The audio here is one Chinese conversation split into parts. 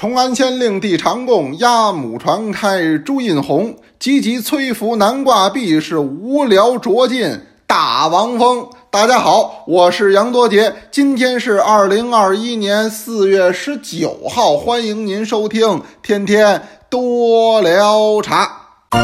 崇安县令地长贡，鸭母传开朱印红，急急催服南挂壁，是无聊着进大王峰。大家好，我是杨多杰，今天是2021年4月19号，欢迎您收听天天多聊茶。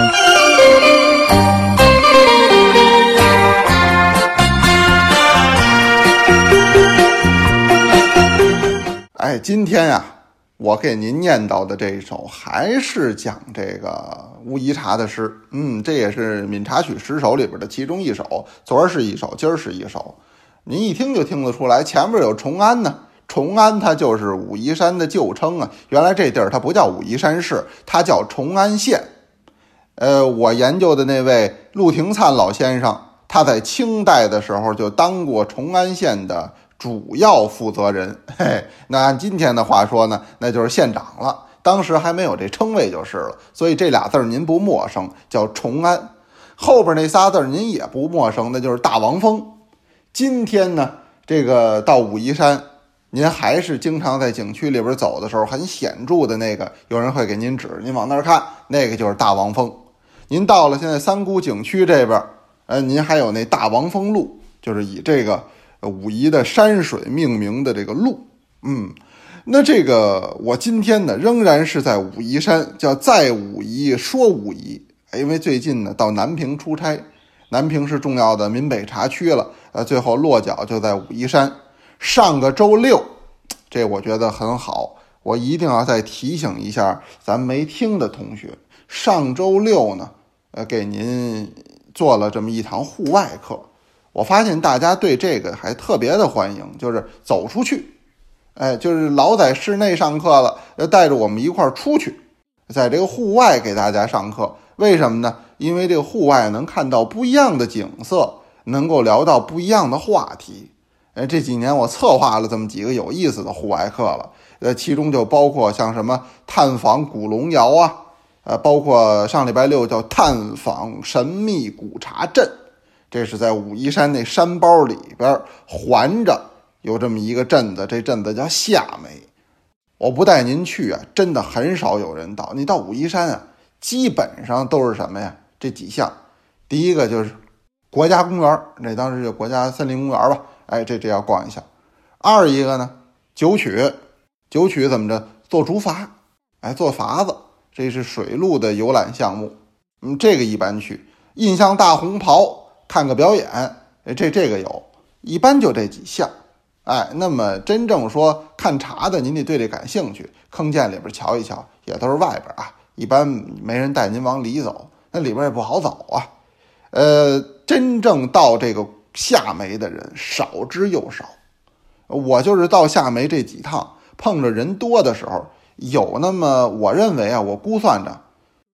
今天呀，我给您念叨的这一首还是讲这个武夷茶的诗。这也是闽茶曲10首里边的其中一首，昨儿是一首，今儿是一首。您一听就听得出来，前面有崇安呢，崇安它就是武夷山的旧称啊。原来这地儿它不叫武夷山市，它叫崇安县。我研究的那位陆廷灿老先生，他在清代的时候就当过崇安县的主要负责人。那按今天的话说呢，那就是县长了。当时还没有这称谓就是了，所以这俩字您不陌生，叫崇安。后边那仨字您也不陌生，那就是大王峰。今天呢，这个到武夷山，您还是经常在景区里边走的时候，很显著的那个，有人会给您指，您往那儿看，那个就是大王峰。您到了现在三姑景区这边，您还有那大王峰路，就是以这个武夷的山水命名的这个路。那这个我今天呢仍然是在武夷山，叫在武夷说武夷。因为最近呢到南平出差，南平是重要的闽北茶区了，最后落脚就在武夷山。上个周六，这我觉得很好，我一定要再提醒一下咱没听的同学。上周六呢给您做了这么一堂户外课，我发现大家对这个还特别的欢迎，就是走出去，就是老在室内上课了，要带着我们一块儿出去，在这个户外给大家上课。为什么呢？因为这个户外能看到不一样的景色，能够聊到不一样的话题。这几年我策划了这么几个有意思的户外课了，其中就包括像什么探访古龙窑啊，包括上礼拜六叫探访神秘古茶镇，这是在武夷山那山包里边环着有这么一个镇子，这镇子叫夏梅。我不带您去啊，真的很少有人到。你到武夷山啊，基本上都是什么呀？这几项，第一个就是国家公园，这当时就国家森林公园吧，这要逛一下。二一个呢，九曲怎么着？做竹筏，做筏子，这是水陆的游览项目。这个一般去。印象大红袍，看个表演，这个有，一般就这几项。那么真正说看茶的，您得对这感兴趣，坑涧里边瞧一瞧，也都是外边啊，一般没人带您往里走，那里边也不好走啊。真正到这个夏梅的人少之又少。我就是到夏梅这几趟碰着人多的时候，有那么我认为啊，我估算着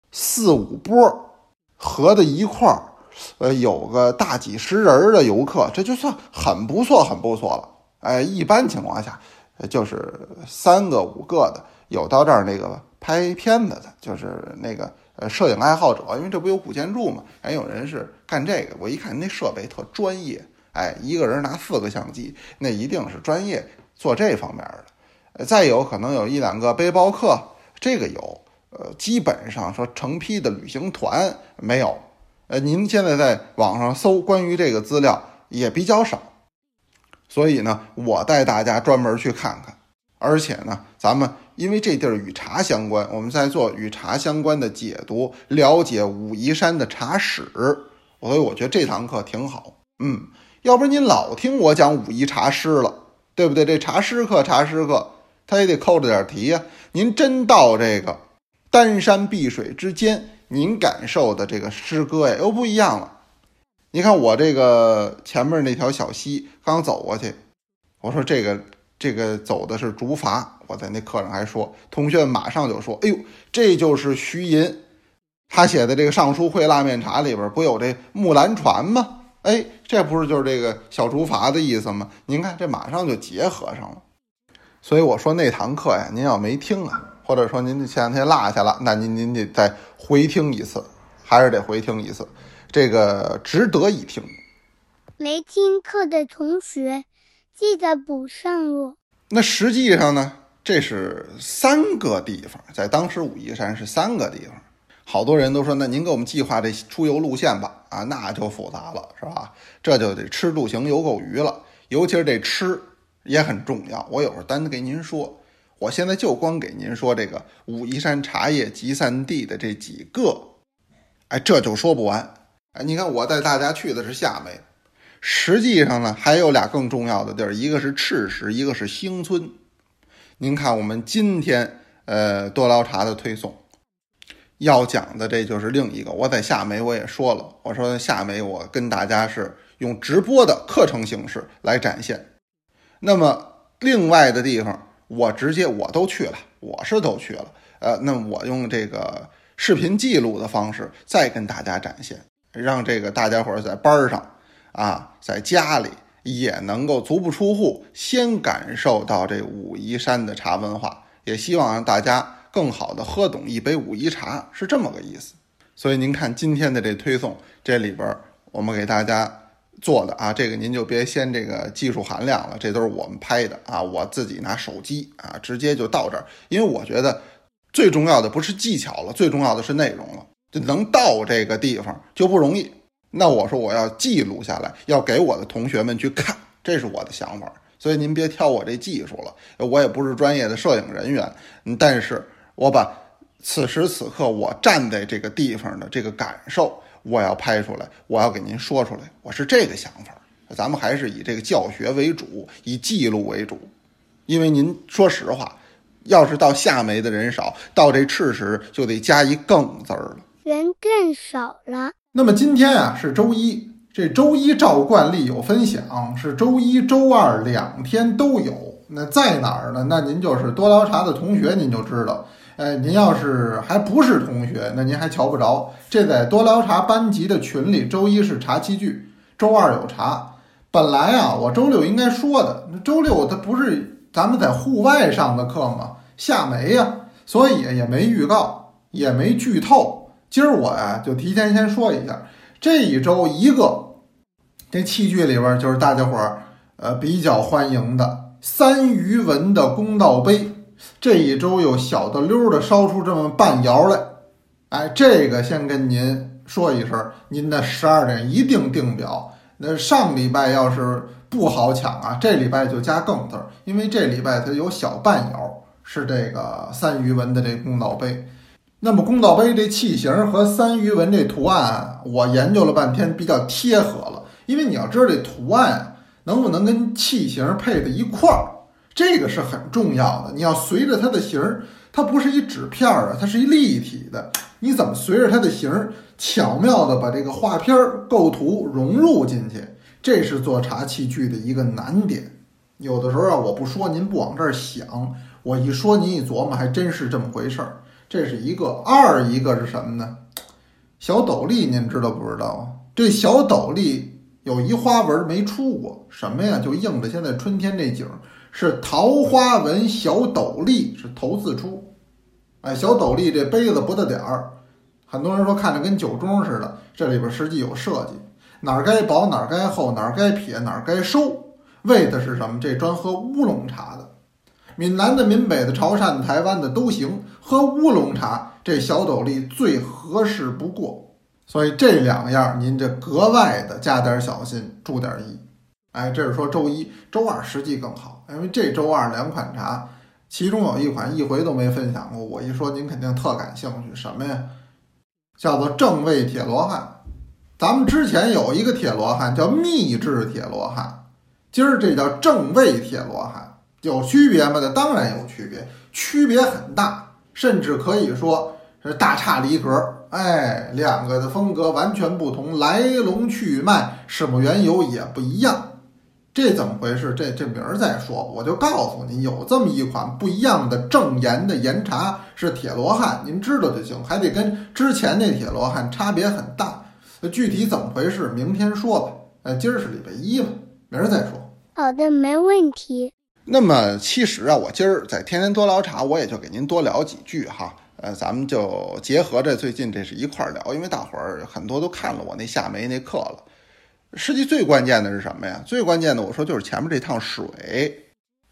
4-5波合在一块儿，有个大几十人的游客，这就算很不错了。一般情况下就是3个5个的，有到这儿那个拍片子的，就是那个摄影爱好者，因为这不有古建筑嘛，有人是干这个。我一看那设备特专业，一个人拿4个相机，那一定是专业做这方面的。再有可能有1-2个背包客，这个有，基本上说成批的旅行团没有。您现在在网上搜关于这个资料也比较少，所以呢，我带大家专门去看看。而且呢，咱们因为这地儿与茶相关，我们在做与茶相关的解读，了解武夷山的茶史，所以我觉得这堂课挺好。要不然您老听我讲武夷茶诗了，对不对？这茶诗课它也得扣着点题啊。您真到这个丹山碧水之间，您感受的这个诗歌又不一样了。你看我这个前面那条小溪刚走过去，我说这个走的是竹筏，我在那课上还说，同学们马上就说，这就是徐寅他写的这个尚书会拉面茶里边不有这木兰船吗？这不是就是这个小竹筏的意思吗？您看这马上就结合上了。所以我说那堂课呀，您要没听啊，或者说您前两天落下了，那您得再回听一次，还是得回听一次，这个值得一听。 没听课的同学记得补上哦。 那实际上呢， 这是3个地方，在当时武夷山是3个地方。好多人都说，那您给我们计划这出游路线吧，啊，那就复杂了，是吧？这就得吃住行游购娱了，尤其是这吃也很重要。我有时候单给您说，我现在就光给您说这个武夷山茶叶集散地的这几个，哎，这就说不完。哎，你看我带大家去的是夏梅，实际上呢还有俩更重要的地儿，一个是赤石，一个是兴村。您看我们今天多捞茶的推送要讲的这就是另一个。我在夏梅我也说了，我说夏梅我跟大家是用直播的课程形式来展现，那么另外的地方我直接我都去了，我是都去了，那我用这个视频记录的方式再跟大家展现，让这个大家伙在班上啊，在家里也能够足不出户先感受到这武夷山的茶文化，也希望让大家更好的喝懂一杯武夷茶，是这么个意思。所以您看今天的这推送，这里边我们给大家做的啊，这个您就别嫌这个技术含量了，这都是我们拍的啊，我自己拿手机啊直接就到这儿。因为我觉得最重要的不是技巧了，最重要的是内容了，就能到这个地方就不容易。那我说我要记录下来，要给我的同学们去看，这是我的想法。所以您别挑我这技术了，我也不是专业的摄影人员，但是我把此时此刻我站在这个地方的这个感受我要拍出来，我要给您说出来，我是这个想法。咱们还是以这个教学为主，以记录为主。因为您说实话，要是到夏梅的人少，到这赤石就得加一更字了， 人更少了。 那么今天啊是周一，这周一照惯例有分享，是周一周二2天都有。那在哪儿呢？那您就是多捞茶的同学您就知道，您要是还不是同学，那您还瞧不着。这在多捞茶班级的群里，周一是茶器具，周二有茶。本来啊我周六应该说的，周六它不是咱们在户外上的课吗？夏梅呀，所以也没预告，也没剧透。今儿我呀就提前先说一下，这一周一个这器具里边就是大家伙比较欢迎的3余文的公道杯，这一周有小的溜的烧出这么半窑来。哎，这个先跟您说一声，您的12点一定定表。那上礼拜要是不好抢啊，这礼拜就加更字，因为这礼拜它有小半窑，是这个3余文的这公道杯。那么公道杯这器型和3余文这图案，我研究了半天，比较贴合了。因为你要知道这图案能不能跟器型配在一块儿，这个是很重要的。你要随着它的形，它不是一纸片啊，它是一立体的，你怎么随着它的形巧妙的把这个画片构图融入进去，这是做茶器具的一个难点。有的时候啊，我不说您不往这儿想，我一说您一琢磨，还真是这么回事儿。这是一个。二一个是什么呢？小斗笠您知道不知道啊？这小斗笠有一花纹没出过，什么呀？就映着现在春天这景，是桃花纹小斗笠，是头次出。哎，小斗笠这杯子不大点儿，很多人说看着跟酒盅似的，这里边实际有设计，哪儿该薄哪儿该厚，哪儿该撇哪儿该收，为的是什么？这专喝乌龙茶的。闽南的、闽北的、潮汕的、台湾的都行，喝乌龙茶这小斗笠最合适不过。所以这2样您这格外的加点小心，注点意。哎，这是说周一。周二实际更好，因为这周二2款茶，其中有一款一回都没分享过，我一说您肯定特感兴趣。什么呀？叫做正味铁罗汉。咱们之前有一个铁罗汉叫秘制铁罗汉，今儿这叫正味铁罗汉。有区别吗？那当然有区别，区别很大，甚至可以说是大差离格。哎，2个的风格完全不同，来龙去脉、始末缘由也不一样。这怎么回事？这明儿再说。我就告诉你，有这么一款不一样的正盐的盐茶，是铁罗汉，您知道就行，还得跟之前那铁罗汉差别很大。具体怎么回事，明天说吧。今儿是礼拜一嘛，明儿再说。 好的，没问题。 那么其实啊，我今儿在天天多聊茶，我也就给您多聊几句哈。咱们就结合着最近这是一块聊，因为大伙儿很多都看了我那夏梅那课了。实际最关键的是什么呀？最关键的我说就是前面这趟水，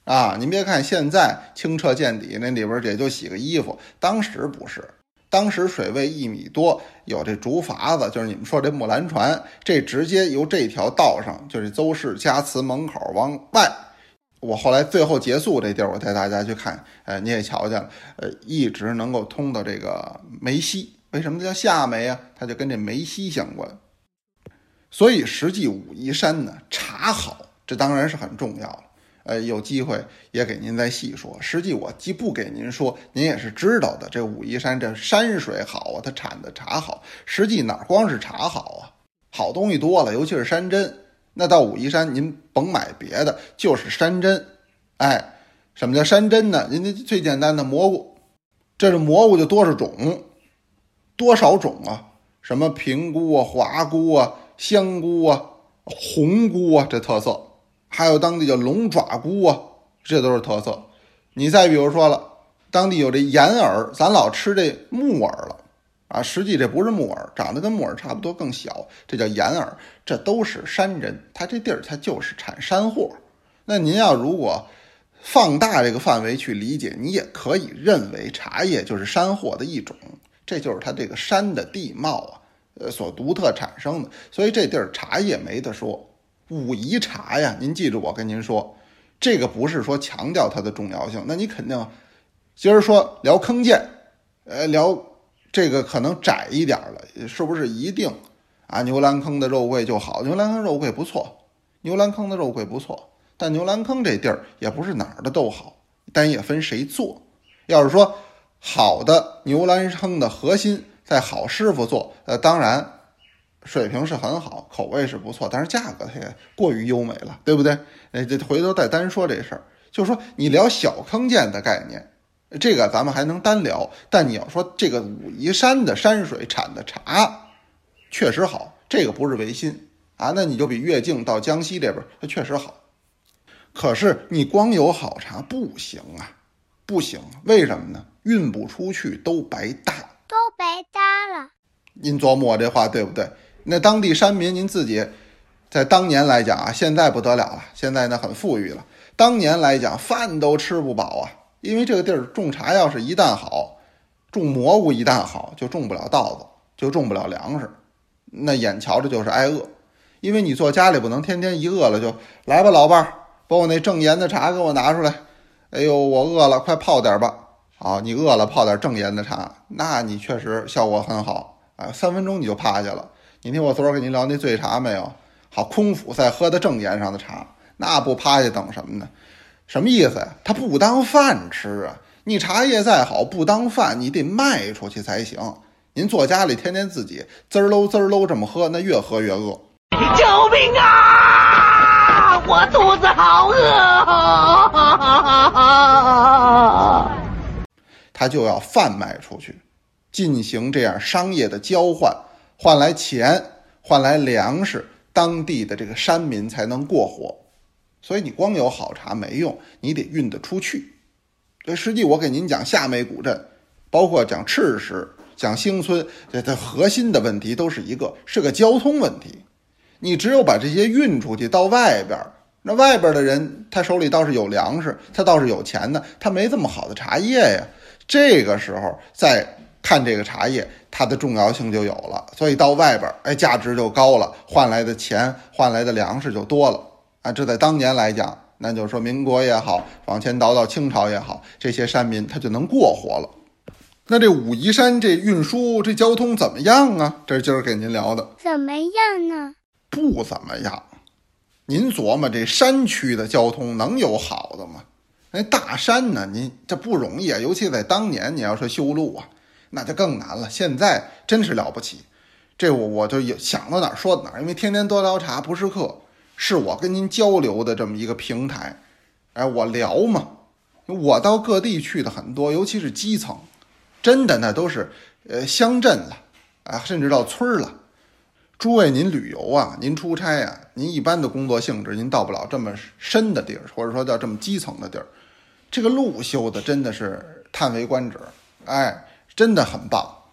啊。您别看现在清澈见底，那里边也就洗个衣服，当时不是，当时水位1米多，有这竹筏子，就是你们说这木兰船，这直接由这条道上，就是邹氏家祠门口往外。我后来最后结束这地儿，我带大家去看，你也瞧见了，一直能够通到这个梅溪。为什么叫下梅啊？它就跟这梅溪相关。所以实际武夷山呢，茶好，这当然是很重要了。有机会也给您再细说。实际我既不给您说，您也是知道的。这武夷山这山水好啊，它产的茶好。实际哪光是茶好啊，好东西多了，尤其是山珍。那到武夷山，您甭买别的，就是山珍。什么叫山珍呢？您最简单的蘑菇，这是蘑菇就多少种，多少种啊？什么平菇啊、华菇啊、香菇啊、红菇啊，这特色。还有当地叫龙爪菇啊，这都是特色。你再比如说了，当地有这岩耳，咱老吃这木耳了啊，实际这不是木耳，长得跟木耳差不多，更小，这叫岩耳，这都是山珍。它这地儿它就是产山货。那您要如果放大这个范围去理解，你也可以认为茶叶就是山货的一种，这就是它这个山的地貌啊，所独特产生的。所以这地儿茶叶没得说。武夷茶呀，您记住我跟您说，这个不是说强调它的重要性，那你肯定今儿说聊坑涧，聊这个可能窄一点了，是不是一定啊牛栏坑的肉桂就好？牛栏坑肉桂不错，牛栏坑的肉桂不错，但牛栏坑这地儿也不是哪儿的都好，但也分谁做。要是说好的牛栏坑的核心在好师傅做，当然水平是很好，口味是不错，但是价格它也过于优美了，对不对？这回头再单说这事儿，就是说你聊小坑涧的概念，这个咱们还能单聊，但你要说这个武夷山的山水产的茶确实好，这个不是违心啊，那你就比越境到江西这边它确实好。可是你光有好茶不行啊，不行，为什么呢？运不出去都白搭， 都白搭了。 您琢磨我这话对不对？那当地山民您自己在当年来讲啊，现在不得了了，现在呢很富裕了，当年来讲饭都吃不饱啊，因为这个地儿种茶要是一旦好，种蘑菇一旦好，就种不了稻子，就种不了粮食，那眼瞧着就是挨饿。因为你坐家里不能天天一饿了就来吧老伴儿，把我那正盐的茶给我拿出来，哎呦我饿了快泡点吧。好，你饿了泡点正盐的茶，那你确实效果很好啊，3分钟你就趴下了。你听我昨儿跟您聊那醉茶没有？好，空腹在喝的正盐上的茶，那不趴下等什么呢？什么意思呀？它不当饭吃啊！你茶叶再好，不当饭，你得卖出去才行。您坐家里天天自己滋儿喽滋儿喽这么喝，那越喝越饿。 救命啊！我肚子好饿。 他就要贩卖出去，进行这样商业的交换，换来钱，换来粮食，当地的这个山民才能过活。所以你光有好茶没用，你得运得出去。这实际我给您讲下梅古镇，包括讲赤石、讲兴村，这核心的问题都是一个，是个交通问题。你只有把这些运出去到外边，那外边的人他手里倒是有粮食，他倒是有钱的，他没这么好的茶叶呀。这个时候再看这个茶叶，它的重要性就有了，所以到外边价值就高了，换来的钱换来的粮食就多了啊。这在当年来讲，那就是说民国也好，往前倒到清朝也好，这些山民他就能过活了。那这武夷山这运输这交通怎么样啊？这是今儿给您聊的。 怎么样呢？ 不怎么样。您琢磨这山区的交通能有好的吗？那大山呢，您这不容易啊，尤其在当年你要说修路啊，那就更难了。现在真是了不起，这我就想到哪儿说到哪儿，因为天天多聊茶不是课，是我跟您交流的这么一个平台。我聊嘛，我到各地去的很多，尤其是基层，真的那都是乡镇了啊，甚至到村了。诸位您旅游啊，您出差啊，您一般的工作性质您到不了这么深的地儿，或者说叫这么基层的地儿，这个路修的真的是叹为观止，真的很棒。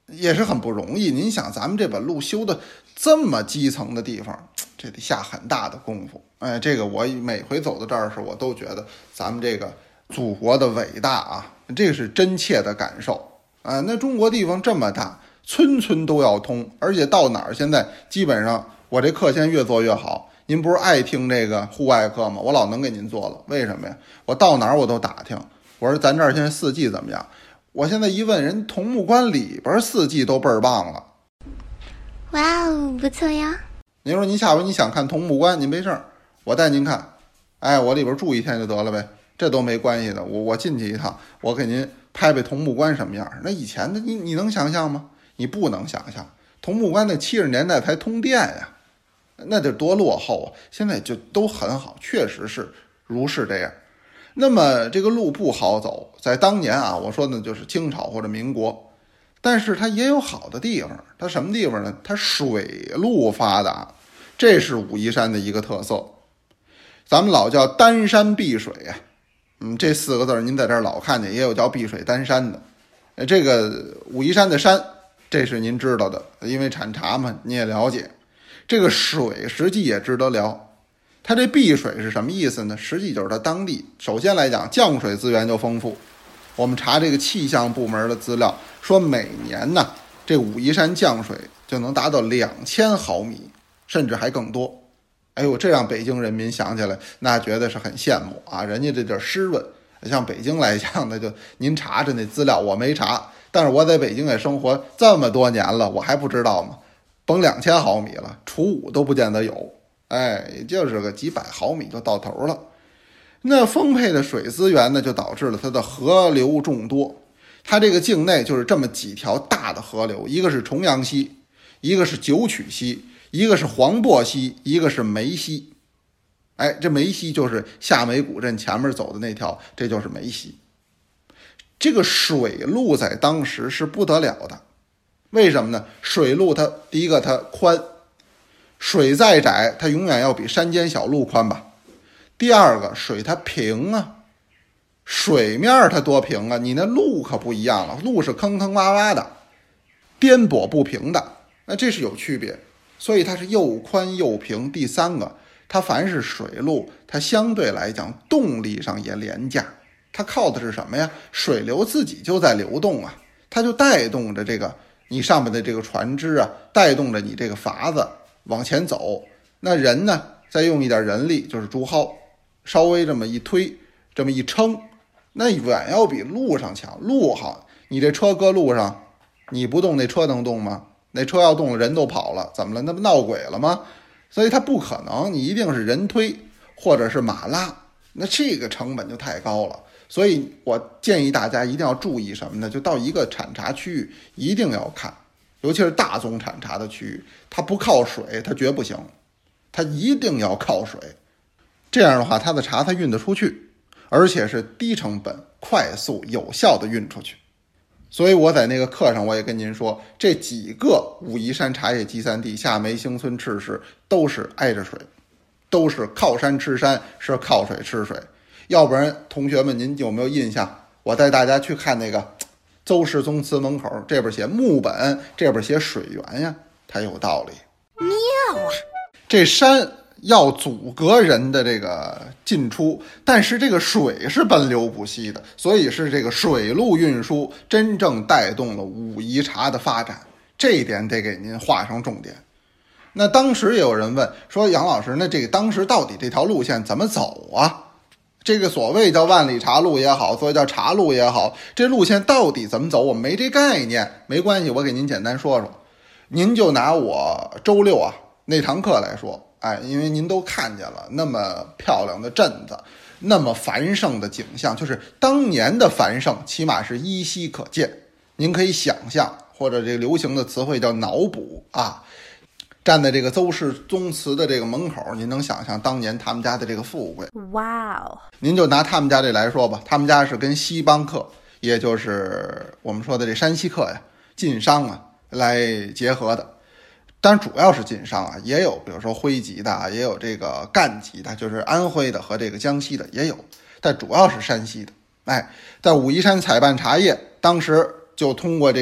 也是很不容易。您想，咱们这本路修的这么基层的地方，这得下很大的功夫。哎，这个我每回走到这儿时，我都觉得咱们这个祖国的伟大啊，这是真切的感受啊。那中国地方这么大，村村都要通，而且到哪儿现在基本上我这课现越做越好。您不是爱听这个户外课吗？我老能给您做了。为什么呀？我到哪儿我都打听，我说咱这儿现在四季怎么样？我现在一问人，桐木关里边四季都倍儿棒了。 哇哦，不错呀！ 您说您下回你想看桐木关，您没事儿，我带您看。哎，我里边住一天就得了呗，这都没关系的。我进去一趟，我给您拍桐木关什么样。那以前的你能想象吗？你不能想象。桐木关那70年代才通电呀，那得多落后啊！现在就都很好，确实是如是这样。那么这个路不好走，在当年啊，我说的就是清朝或者民国，但是它也有好的地方。它什么地方呢？它水路发达，这是武夷山的一个特色。咱们老叫单山碧水啊，这4个字您在这儿老看见，也有叫碧水单山的。这个武夷山的山，这是您知道的，因为产茶嘛，你也了解。这个水实际也值得聊。它这碧水是什么意思呢？实际就是它当地首先来讲降水资源就丰富。我们查这个气象部门的资料说，每年呢这武夷山降水就能达到2000毫米，甚至还更多。哎呦，这让北京人民想起来，那觉得是很羡慕啊！人家这地儿湿润，像北京来讲呢，就您查查那资料，我没查，但是我在北京也生活这么多年了，我还不知道吗？甭2000毫米了，除5都不见得有。哎，也就是个几百毫米就到头了。那丰沛的水资源呢，就导致了它的河流众多。它这个境内就是这么几条大的河流，一个是重阳溪，一个是九曲溪，一个是黄檗溪，一个是梅溪。哎，这梅溪就是下梅古镇前面走的那条，这就是梅溪。这个水路在当时是不得了的，为什么呢？水路它第一个它宽，水再窄它永远要比山间小路宽吧。第二个，水它平啊，水面它多平啊，你那路可不一样了，路是坑坑洼洼的，颠簸不平的，那这是有区别，所以它是又宽又平。第三个，它凡是水路，它相对来讲动力上也廉价，它靠的是什么呀？水流自己就在流动啊，它就带动着这个你上面的这个船只啊，带动着你这个筏子往前走。那人呢，再用一点人力，就是竹蒿，稍微这么一推，这么一撑，那远要比路上强。路好，你这车搁路上，你不动那车能动吗？那车要动了，人都跑了，怎么了？那不闹鬼了吗？所以它不可能，你一定是人推或者是马拉，那这个成本就太高了。所以我建议大家一定要注意什么呢？就到一个产茶区域一定要看，尤其是大宗产茶的区域，它不靠水它绝不行，它一定要靠水。这样的话，它的茶它运得出去，而且是低成本、快速、有效的运出去。所以我在那个课上我也跟您说，这几个武夷山茶叶集散地夏梅、兴村、赤石都是挨着水，都是靠山吃山，是靠水吃水。要不然同学们您有没有印象，我带大家去看那个邹氏宗祠门口，这边写木本，这边写水源呀，它有道理。 妙啊！ 这山要阻隔人的这个进出，但是这个水是奔流不息的，所以是这个水路运输真正带动了武夷茶的发展，这一点得给您画上重点。那当时也有人问说，杨老师，那这个当时到底这条路线怎么走啊？这个所谓叫万里茶路也好，所谓叫茶路也好，这路线到底怎么走，我们没这概念。没关系，我给您简单说说。您就拿我周六啊那堂课来说，哎，因为您都看见了那么漂亮的镇子，那么繁盛的景象，就是当年的繁盛起码是依稀可见。您可以想象，或者这个流行的词汇叫脑补啊。站在这个邹氏宗祠的这个门口，您能想象当年他们家的这个富贵。 哇哦！ 您就拿他们家这来说吧，他们家是跟西帮客，也就是我们说的这山西客呀，晋商啊来结合的。当然主要是晋商啊，也有比如说徽籍的，也有这个赣籍的，就是安徽的和这个江西的也有，但主要是山西的。哎，在武夷山采办茶叶，当时就通过这个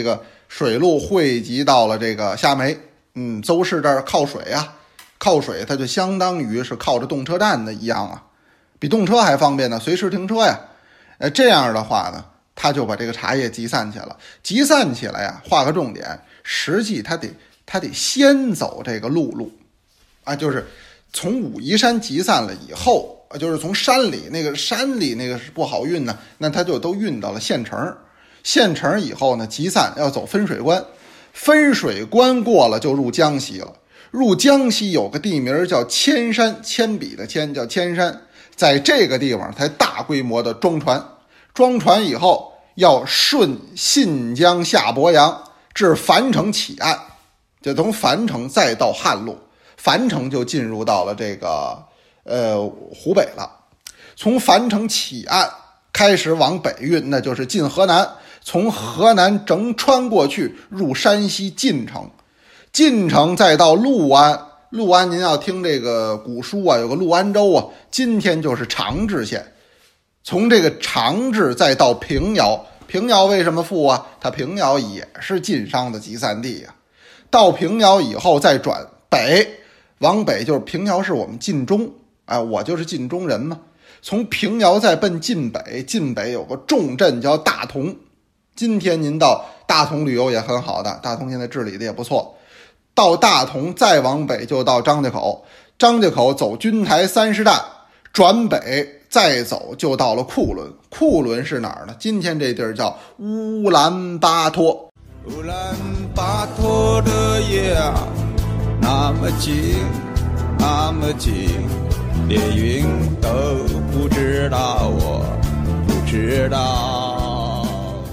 水路汇集到了这个夏梅。邹市这儿靠水啊，靠水它就相当于是靠着动车站的一样啊，比动车还方便呢，随时停车呀。这样的话呢，他就把这个茶叶集散起来了。集散起来呀，画个重点，实际他得先走这个陆啊，就是从武夷山集散了以后，就是从山里那个是不好运呢，那他就都运到了县城。县城以后呢，集散要走分水关，分水关过了就入江西了。入江西有个地名叫铅山，铅笔的铅叫铅山，在这个地方才大规模的装船。装船以后要顺信江下鄱阳至樊城起岸，就从樊城再到汉路，樊城就进入到了这个湖北了。从樊城起岸开始往北运，那就是进河南，从河南整穿过去入山西晋城，晋城再到六安。六安您要听这个古书啊，有个六安州啊，今天就是长治县。从这个长治再到平遥，平遥为什么富啊？它平遥也是晋商的集散地啊。到平遥以后再转北，往北就是平遥是我们晋中，我就是晋中人嘛。从平遥再奔晋北，晋北有个重镇叫大同，今天您到大同旅游也很好的，大同现在治理的也不错。到大同再往北就到张家口，张家口走军台30担，转北再走就到了库伦。库伦是哪儿呢？今天这地儿叫乌兰巴托。 乌兰巴托的夜那么近那么近，连云都不知道我不知道。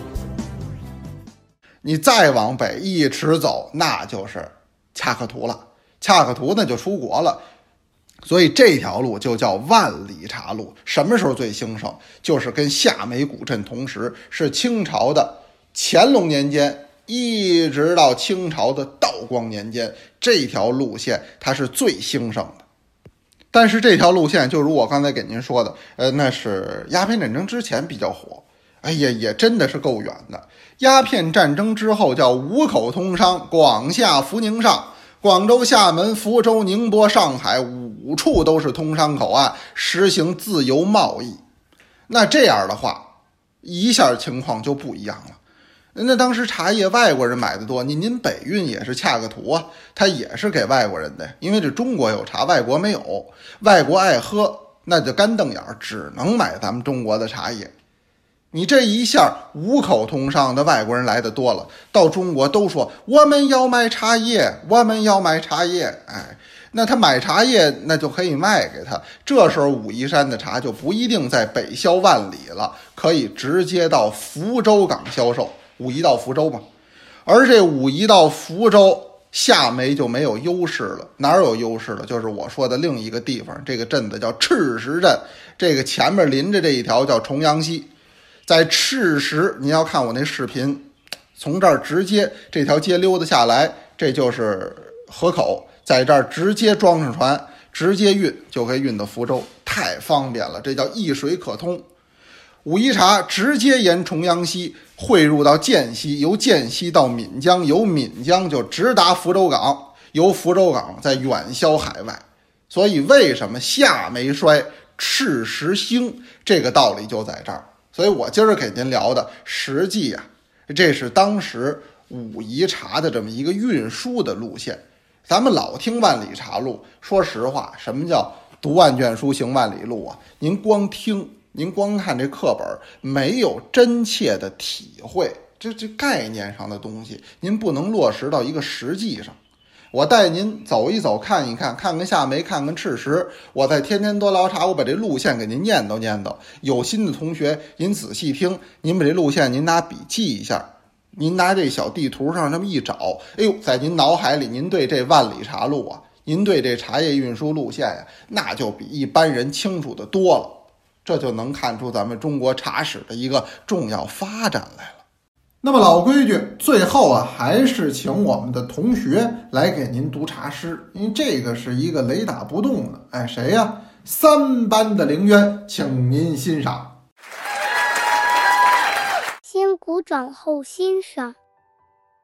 你再往北一直走，那就是恰克图了。恰克图那就出国了，所以这条路就叫万里茶路。什么时候最兴盛？就是跟夏梅古镇同时，是清朝的乾隆年间一直到清朝的道光年间，这条路线它是最兴盛的。但是这条路线就如我刚才给您说的，那是鸦片战争之前比较火，也真的是够远的。鸦片战争之后叫五口通商，广厦福宁上，广州、厦门、福州、宁波、上海5处都是通商口岸，实行自由贸易。那这样的话，一下情况就不一样了。那当时茶叶外国人买的多，您北运也是恰克图啊，它也是给外国人的，因为这中国有茶，外国没有，外国爱喝，那就干瞪眼，只能买咱们中国的茶叶。你这一下5口通商的外国人来的多了，到中国都说我们要买茶叶，我们要买茶叶，那他买茶叶那就可以卖给他。这时候武夷山的茶就不一定在北销万里了，可以直接到福州港销售。武夷到福州嘛，而这武夷到福州，夏梅就没有优势了。哪有优势了？就是我说的另一个地方，这个镇子叫赤石镇，这个前面临着这一条叫重阳溪。在赤石，你要看我那视频，从这儿直接这条街溜达下来，这就是河口，在这儿直接装上船，直接运就可以运到福州，太方便了，这叫一水可通。武夷茶直接沿重阳溪汇入到涧溪，由涧溪到岷江，由岷江就直达福州港，由福州港再远销海外。所以为什么夏梅衰，赤石兴，这个道理就在这儿。所以我今儿给您聊的，实际这是当时武夷茶的这么一个运输的路线。咱们老听万里茶路，说实话，什么叫读万卷书行万里路啊？您光听，您光看这课本，没有真切的体会，这概念上的东西，您不能落实到一个实际上。我带您走一走，看一看，看看夏梅，看看赤石。我在天天多聊茶，我把这路线给您念叨念叨。有心的同学，您仔细听，您把这路线您拿笔记一下，您拿这小地图上这么一找，在您脑海里，您对这万里茶路啊，您对这茶叶运输路线呀，那就比一般人清楚的多了。这就能看出咱们中国茶史的一个重要发展来了。 那么老规矩，最后还是请我们的同学来给您读茶诗，因为这个是一个雷打不动的。谁呀？3班的凌渊，请您欣赏。 先鼓掌后欣赏。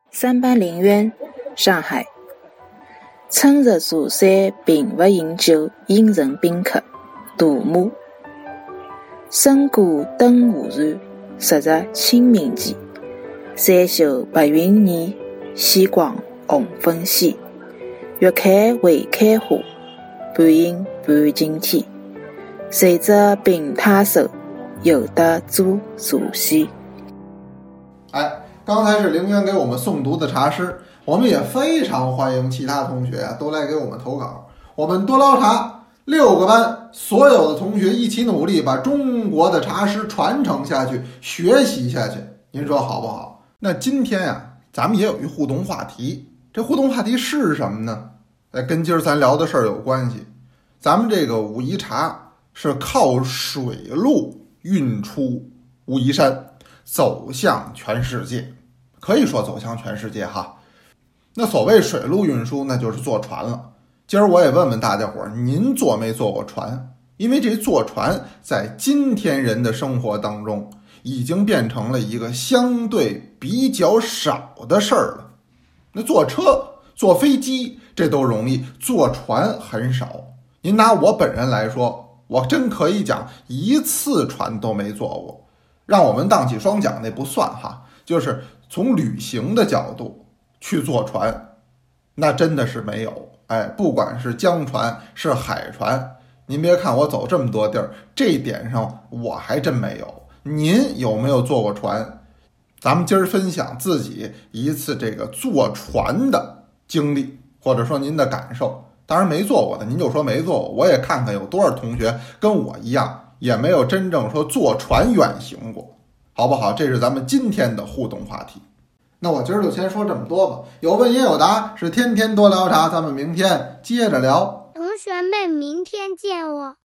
380院，上海。春日茶山并不饮酒，应成宾客。杜牧。深谷灯湖船，识日清明前。山秀白云间，西光红枫间。月开未开花，半阴半晴天。谁知病他手，有得做茶仙。 刚才是凌渊给我们诵读的茶诗，我们也非常欢迎其他同学都来给我们投稿。我们多捞茶6个班所有的同学一起努力，把中国的茶诗传承下去，学习下去，您说好不好？那今天啊，咱们也有一互动话题，这互动话题是什么呢？跟今儿咱聊的事儿有关系。咱们这个武夷茶是靠水路运出武夷山，走向全世界，可以说走向全世界哈。那所谓水路运输，那就是坐船了。今儿我也问问大家伙儿，您坐没坐过船？因为这坐船在今天人的生活当中已经变成了一个相对比较少的事儿了。那坐车、坐飞机这都容易，坐船很少。您拿我本人来说，我真可以讲一次船都没坐过。让我们荡起双桨那不算哈，就是从旅行的角度去坐船，那真的是没有。不管是江船是海船，您别看我走这么多地儿，这点上我还真没有。您有没有坐过船？咱们今儿分享自己一次这个坐船的经历，或者说您的感受。当然没坐过的您就说没坐过，我也看看有多少同学跟我一样也没有真正说坐船远行过，好不好？这是咱们今天的互动话题。那我今儿就先说这么多吧，有问也有答，是天天多聊茶，咱们明天接着聊。 同学们，明天见哦。